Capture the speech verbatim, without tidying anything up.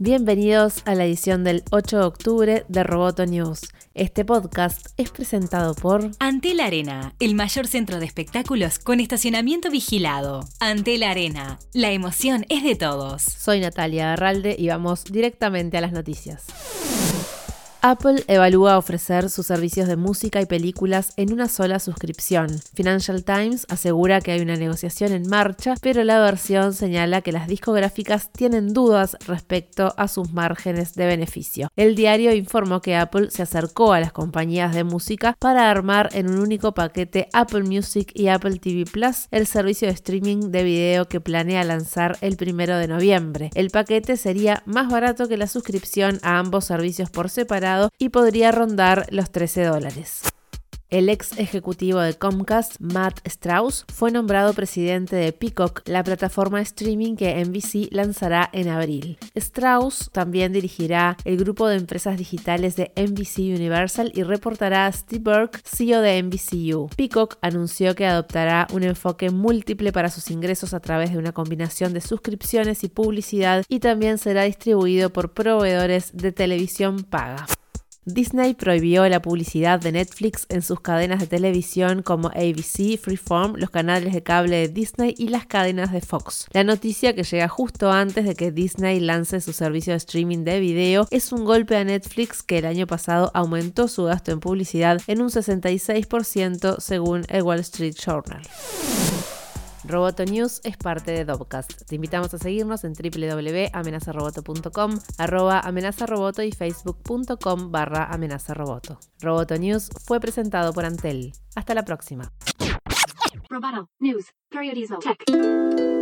Bienvenidos a la edición del ocho de octubre de Roboto News. Este podcast es presentado por Antel Arena, el mayor centro de espectáculos con estacionamiento vigilado. Antel Arena, la emoción es de todos. Soy Natalia Arralde y vamos directamente a las noticias. Apple evalúa ofrecer sus servicios de música y películas en una sola suscripción. Financial Times asegura que hay una negociación en marcha, pero la versión señala que las discográficas tienen dudas respecto a sus márgenes de beneficio. El diario informó que Apple se acercó a las compañías de música para armar en un único paquete Apple Music y Apple T V Plus, el servicio de streaming de video que planea lanzar el primero de noviembre. El paquete sería más barato que la suscripción a ambos servicios por separado y podría rondar los trece dólares. El ex ejecutivo de Comcast, Matt Strauss, fue nombrado presidente de Peacock, la plataforma de streaming que N B C lanzará en abril. Strauss también dirigirá el grupo de empresas digitales de N B C Universal y reportará a Steve Burke, C E O de N B C U. Peacock anunció que adoptará un enfoque múltiple para sus ingresos a través de una combinación de suscripciones y publicidad, y también será distribuido por proveedores de televisión paga. Disney prohibió la publicidad de Netflix en sus cadenas de televisión como A B C, Freeform, los canales de cable de Disney y las cadenas de Fox. La noticia, que llega justo antes de que Disney lance su servicio de streaming de video, es un golpe a Netflix, que el año pasado aumentó su gasto en publicidad en un sesenta y seis por ciento según el Wall Street Journal. Roboto News es parte de Dopcast. Te invitamos a seguirnos en doble u doble u doble u punto amenazaroboto punto com, arroba amenazaroboto y facebook.com barra amenazaroboto. Roboto News fue presentado por Antel. Hasta la próxima. Roboto News. Periodismo Tech.